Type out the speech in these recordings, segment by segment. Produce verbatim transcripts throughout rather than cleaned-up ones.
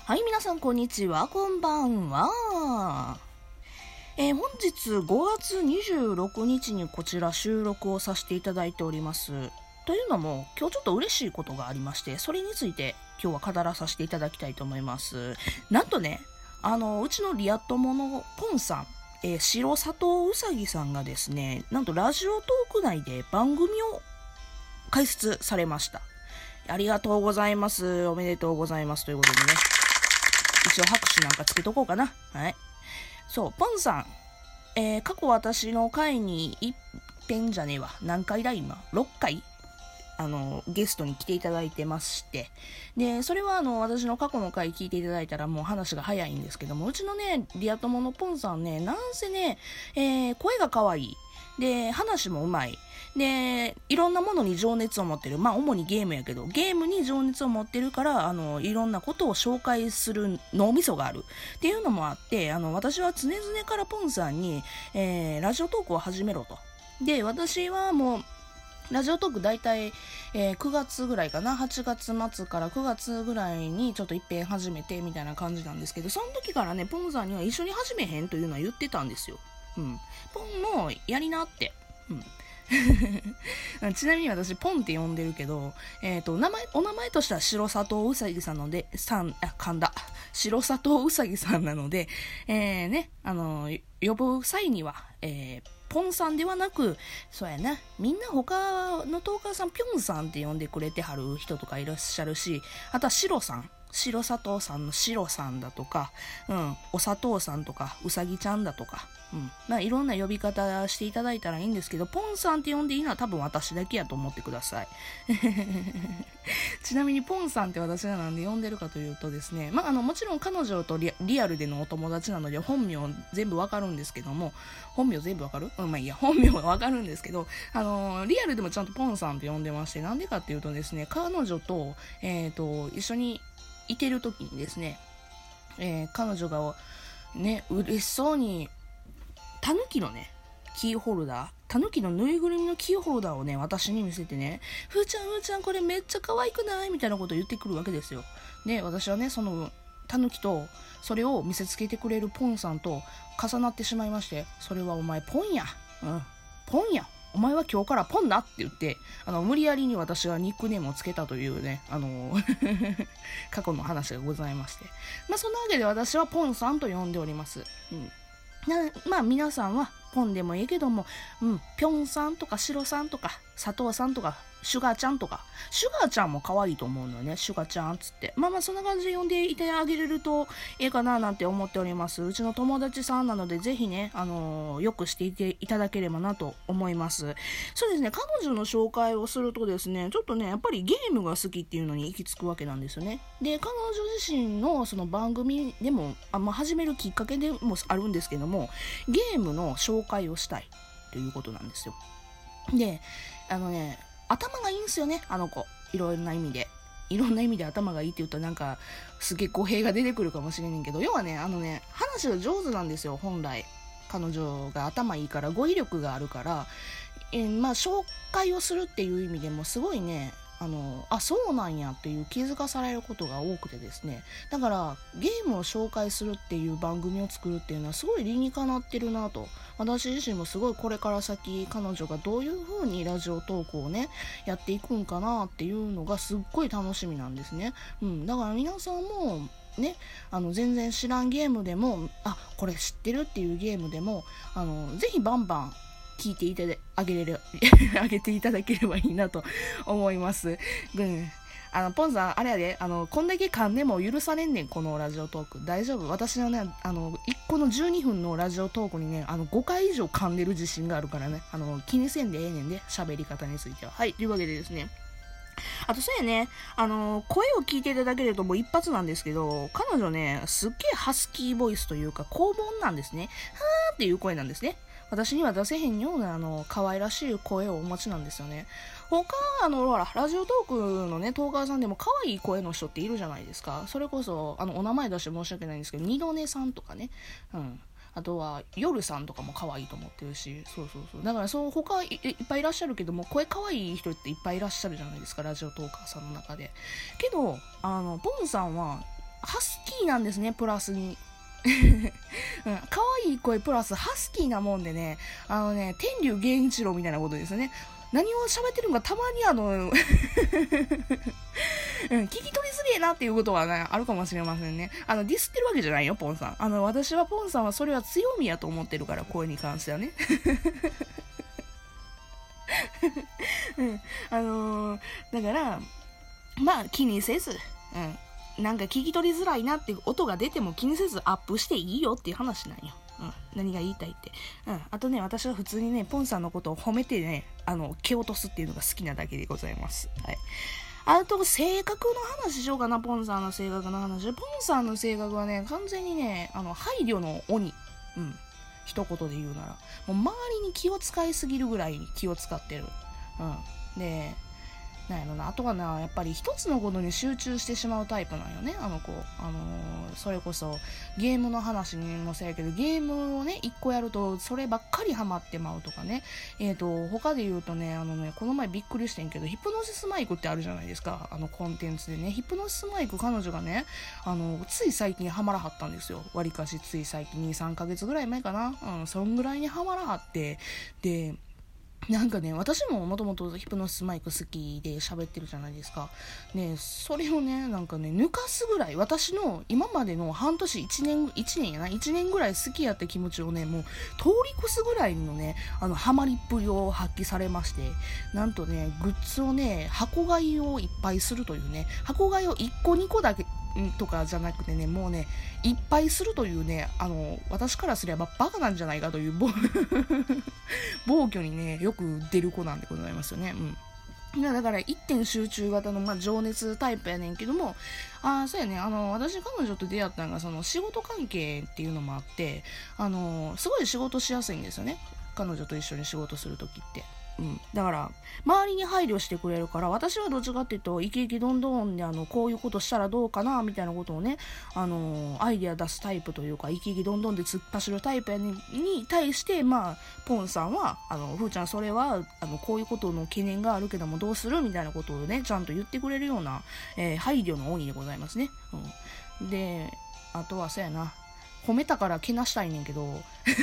はい、皆さんこんにちは、こんばんは。えー、本日ごがつにじゅうろくにちにこちら収録をさせていただいております。というのも、今日ちょっと嬉しいことがありまして、それについて今日は語らさせていただきたいと思います。なんとね、あの、うちのリア友のポンさん、えー、白砂糖うさぎさんがですね、なんとラジオトーク内で番組を開設されました。ありがとうございます。おめでとうございます。ということでね、一応拍手なんかつけとこうかな。はい。そう、ポンさん、えー、過去私の回に一遍じゃねえわ。何回だ今 ?ろっ 回あの、ゲストに来ていただいてまして。で、それはあの、私の過去の回聞いていただいたらもう話が早いんですけども、うちのね、リア友のポンさんね、なんせね、えー、声が可愛い。で、話もうまい。で、いろんなものに情熱を持ってる。まあ、主にゲームやけど、ゲームに情熱を持ってるから、あの、いろんなことを紹介する脳みそがある。っていうのもあって、あの、私は常々からポンさんに、えー、ラジオトークを始めろと。で、私はもう、ラジオトーク大体、えー、くがつぐらいかな、はちがつ末からくがつぐらいにちょっと一遍始めてみたいな感じなんですけど、その時からね、ポンさんには一緒に始めへんというのは言ってたんですよ。うん。ポンもやりなって。うん。ちなみに私ポンって呼んでるけど、えっと名前お名前としては白砂糖うさぎさんのでさんあ噛んだ白砂糖うさぎさんなので、えー、ねあの呼ぶ際には、えー、ポンさんではなく、そうやな、みんな他のトーカーさんピョンさんって呼んでくれてはる人とかいらっしゃるし、あとは白さん白砂糖さんの白さんだとか、うん、お砂糖さんとか、うさぎちゃんだとか、うん、まあいろんな呼び方していただいたらいいんですけど、ポンさんって呼んでいいのは多分私だけやと思ってください。ちなみにポンさんって私がなんで呼んでるかというとですね、まああのもちろん彼女と リ, リアルでのお友達なので本名全部わかるんですけども、本名全部わかる？うん、まあいいや、本名はわかるんですけど、あのリアルでもちゃんとポンさんって呼んでまして、なんでかっていうとですね、彼女と、えっと、一緒にいてる時にですね、えー、彼女がね、嬉しそうにタヌキのねキーホルダータヌキのぬいぐるみのキーホルダーをね私に見せてね、ふーちゃんふーちゃんこれめっちゃ可愛くないみたいなことを言ってくるわけですよ。で、私はねそのタヌキとそれを見せつけてくれるポンさんと重なってしまいまして、それはお前ポンや、うんポンやお前は今日からポンなって言って、あの無理やりに私がニックネームをつけたというね、あの過去の話がございまして、まあそんなわけで私はポンさんと呼んでおります。うん、なまあ皆さんはポンでもいいけども、うん、ぴょんさんとかシロさんとか佐藤さんとかシュガーちゃんとか、シュガーちゃんも可愛いと思うのよね、シュガーちゃんっつって、まあまあそんな感じで呼んでいてあげれるといいかななんて思っております。うちの友達さんなのでぜひね、あのー、よくしていていただければなと思います。そうですね、彼女の紹介をするとですね、ちょっとねやっぱりゲームが好きっていうのに行き着くわけなんですよね。で、彼女自身のその番組でもあ、まあ、始めるきっかけでもあるんですけども、ゲームの紹介をしたいということなんですよ。で、あのね頭がいいんですよね、あの子。いろんな意味でいろんな意味で頭がいいって言うとなんかすげえ語弊が出てくるかもしれないけど、要はねあのね話が上手なんですよ。本来彼女が頭いいから語彙力があるから、えー、まあ紹介をするっていう意味でもすごいね、あのあそうなんやっていう気づかされることが多くてですね、だからゲームを紹介するっていう番組を作るっていうのはすごい理にかなってるなと、私自身もすごいこれから先彼女がどういう風にラジオトークをねやっていくんかなっていうのがすっごい楽しみなんですね。うん、だから皆さんもね、あの全然知らんゲームでも、あこれ知ってるっていうゲームでも、あのぜひバンバン聞いていただあげれるあげていただければいいなと思います。うん、あのポンさんあれやで、あのこんだけ噛んでも許されんねんこのラジオトーク。大丈夫、私はねあのいっこのじゅうにふんのラジオトークにねあのごかい以上噛んでる自信があるからね、あの気にせんでええねんで、喋り方については。はい、というわけでですね、あとそうやね、あのー、声を聞いていただけるともう一発なんですけど、彼女ね、すっげえハスキーボイスというか、高音なんですね。はーっていう声なんですね。私には出せへんような、あの、可愛らしい声をお持ちなんですよね。他、あの、ほら、ラジオトークのね、トーカーさんでも可愛い声の人っているじゃないですか。それこそ、あの、お名前出して申し訳ないんですけど、二度寝さんとかね。うん。あとは夜さんとかも可愛いと思ってるし、そうそうそう、だからそう他 い, いっぱいいらっしゃるけども、声可愛い人っていっぱいいらっしゃるじゃないですか、ラジオトーカーさんの中で。けどあのポンさんはハスキーなんですね、プラスに。うん、可愛い声プラスハスキーなもんでね、あのね、天竜源一郎みたいなことですね。何を喋ってるのかたまにあの、うん、聞き取りづれえなっていうことは、ね、あるかもしれませんね。あの、ディスってるわけじゃないよ、ポンさん。あの、私はポンさんはそれは強みやと思ってるから、声に関してはね。うん、あのー、だから、まあ、気にせず、うん、なんか聞き取りづらいなって音が出ても気にせずアップしていいよっていう話なんよ。うん、何が言いたいって、うん、あとね、私は普通にね、ポンさんのことを褒めてね、あの蹴落とすっていうのが好きなだけでございます。はい。あと性格の話しようかな。ポンさんの性格の話。ポンさんの性格はね、完全にね、あの配慮の鬼。うん。一言で言うなら、もう周りに気を使いすぎるぐらいに気を使ってる。うん。で、なんやろな、あとはな、やっぱり一つのことに集中してしまうタイプなんよね、あの子。あのー、それこそゲームの話にもそうやけど、ゲームをね、一個やるとそればっかりハマってまうとかね。えっと、他で言うとね、あのね、この前びっくりしてんけど、ヒプノシスマイクってあるじゃないですか、あのコンテンツでね。ヒプノシスマイク、彼女がね、あの、つい最近ハマらはったんですよ。割かしつい最近、に、さんかげつぐらい前かな。うん、そんぐらいにハマらはって、で、なんかね、私ももともとヒプノシスマイク好きで喋ってるじゃないですか。ね、それをね、なんかね、抜かすぐらい、私の今までの半年、一年、一年やな、一年ぐらい好きやった気持ちをね、もう通り越すぐらいのね、あの、ハマりっぷりを発揮されまして、なんとね、グッズをね、箱買いをいっぱいするというね、箱買いをいっこにこだけ、とかじゃなくてね、もうね、いっぱいするというね、あの、私からすればバカなんじゃないかという暴挙にね、よく出る子なんでございますよね。うん。だから一点集中型の、まあ、情熱タイプやねんけども、ああ、そうやね、あの、私彼女と出会ったのが、その仕事関係っていうのもあって、あの、すごい仕事しやすいんですよね。彼女と一緒に仕事するときって。うん、だから周りに配慮してくれるから、私はどっちかっていうとイケイケどんどんで、あのこういうことしたらどうかなみたいなことをね、あのアイデア出すタイプというか、イケイケどんどんで突っ走るタイプにに対して、まあポンさんはあのふーちゃんそれはあのこういうことの懸念があるけどもどうするみたいなことをねちゃんと言ってくれるような、えー、配慮の鬼でございますね。うん、で、あとはそうやな、褒めたからけなしたいねんけど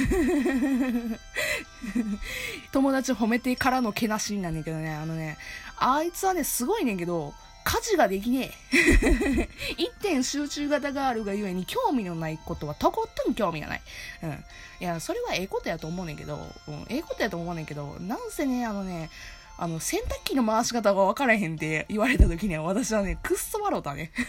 友達褒めてからのけなしになんねんけどね、あのね、あいつはねすごいねんけど家事ができねえ一点集中型があるがゆえに興味のないことはとことん興味がない。うん、いやそれはええことやと思うねんけど、うん、ええことやと思うねんけど、なんせね、あのねあの洗濯機の回し方が分からへんって言われた時には私はねくっそ笑うたね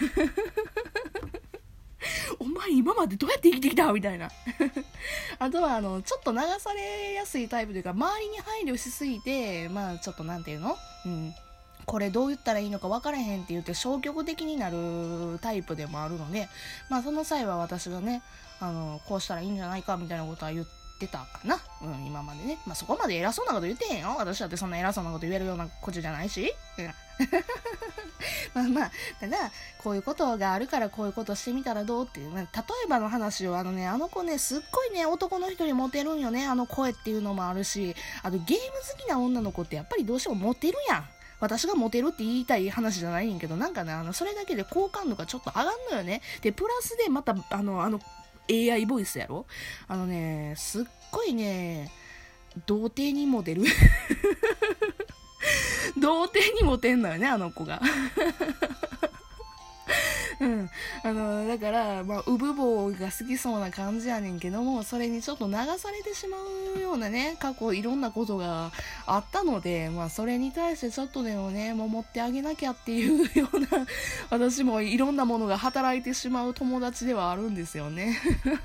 お前今までどうやって生きてきたみたいなあとはあのちょっと流されやすいタイプというか、周りに配慮しすぎて、まあちょっとなんていうの、うんこれどう言ったらいいのか分からへんって言って消極的になるタイプでもあるので、まあその際は私がね、あのこうしたらいいんじゃないかみたいなことは言ってたかな、うん、今までね。まあそこまで偉そうなこと言ってへんよ、私だってそんな偉そうなこと言えるような子じゃないし、うんまあまあ、ただ、こういうことがあるからこういうことしてみたらどうっていう、例えばの話を、あのね、あの子ね、すっごいね、男の人にモテるんよね、あの声っていうのもあるし、あとゲーム好きな女の子ってやっぱりどうしてもモテるやん。私がモテるって言いたい話じゃないんけど、なんかね、あの、それだけで好感度がちょっと上がんのよね。で、プラスでまた、あの、あの、エーアイ ボイスやろ？あのね、すっごいね、童貞にモテる。童貞にモテんのよね、あの子が。うん。あの、だから、まあ、ウブボーが好きそうな感じやねんけども、それにちょっと流されてしまうようなね、過去いろんなことがあったので、まあ、それに対してちょっとでもね、守ってあげなきゃっていうような、私もいろんなものが働いてしまう友達ではあるんですよね。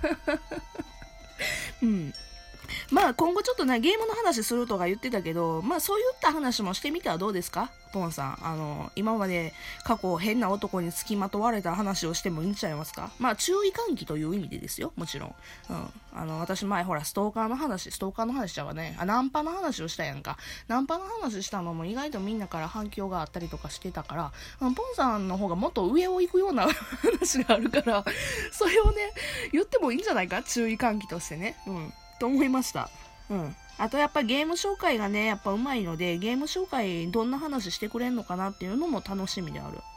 うん。まあ今後ちょっとねゲームの話するとか言ってたけど、まあそういった話もしてみてはどうですか、ポンさん。あの今まで過去変な男に付きまとわれた話をしてもいいんちゃいますか。まあ注意喚起という意味でですよ、もちろん。うん、あの私前ほらストーカーの話ストーカーの話しちゃうわね、あナンパの話をしたやんか。ナンパの話したのも意外とみんなから反響があったりとかしてたから、ポンさんの方がもっと上を行くような話があるからそれをね言ってもいいんじゃないか、注意喚起としてね。うんと思いました。うん。あとやっぱゲーム紹介がね、やっぱ上手いので、ゲーム紹介どんな話してくれんのかなっていうのも楽しみである。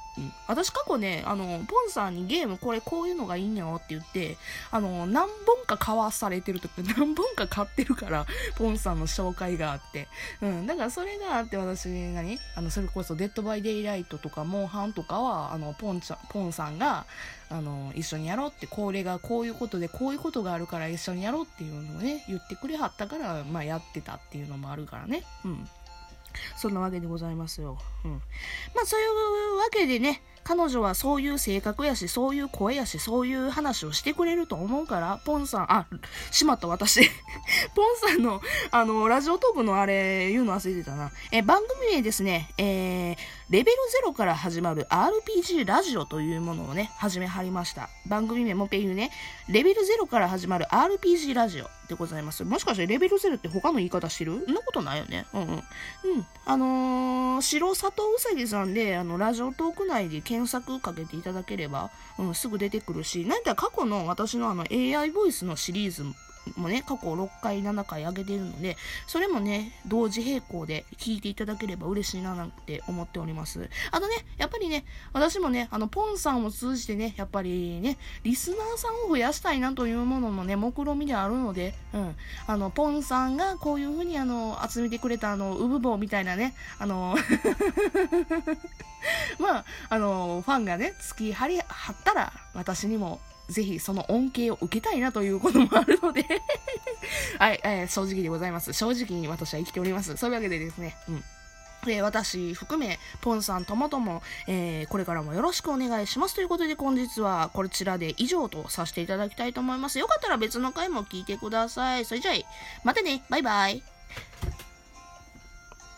うん、私過去ね、あの、ポンさんにゲームこれこういうのがいいんよって言って、あの、何本か買わされてるとか、何本か買ってるから、ポンさんの紹介があって。うん、だからそれがあって私がね、あの、それこそデッドバイデイライトとか、モンハンとかは、あの、ポンちゃん、ポンさんが、あの、一緒にやろうって、これがこういうことで、こういうことがあるから一緒にやろうっていうのをね、言ってくれはったから、まあやってたっていうのもあるからね。うん。そんなわけでございますよ。うん。まあそういうわけでね、彼女はそういう性格やし、そういう声やし、そういう話をしてくれると思うから、ポンさん、あ、しまった私。ポンさんの、あの、ラジオトークのあれ、言うの忘れてたな。え、番組名ですね、えー、レベルゼロから始まる アールピージー ラジオというものをね、始めはりました。番組名もペイ言うね、レベルゼロから始まる アールピージー ラジオでございます。もしかしてレベルゼロって他の言い方してる？そんなことないよね。うんうん。うん。あのー、白里うさぎさんで、あの、ラジオトーク内で検索かけていただければ、うん、すぐ出てくるし、なんだ過去の私のあの エーアイ ボイスのシリーズもね、過去ろっかい、ななかい上げてるので、それもね、同時並行で聞いていただければ嬉しいななんて思っております。あとね、やっぱりね、私もね、あの、ポンさんを通じてね、やっぱりね、リスナーさんを増やしたいなというものもね、目論見であるので、うん、あの、ポンさんがこういうふうにあの、集めてくれたあの、ウブボーみたいなね、あの、まあ、あの、ファンがね、突き張り、張ったら、私にも、ぜひその恩恵を受けたいなということもあるのではい、えー、正直でございます。正直に私は生きております。そういうわけでですね、うん。えー、私含め、ポンさんともとも、えー、これからもよろしくお願いしますということで、本日はこちらで以上とさせていただきたいと思います。よかったら別の回も聞いてください。それじゃあ、またね、バイバイ。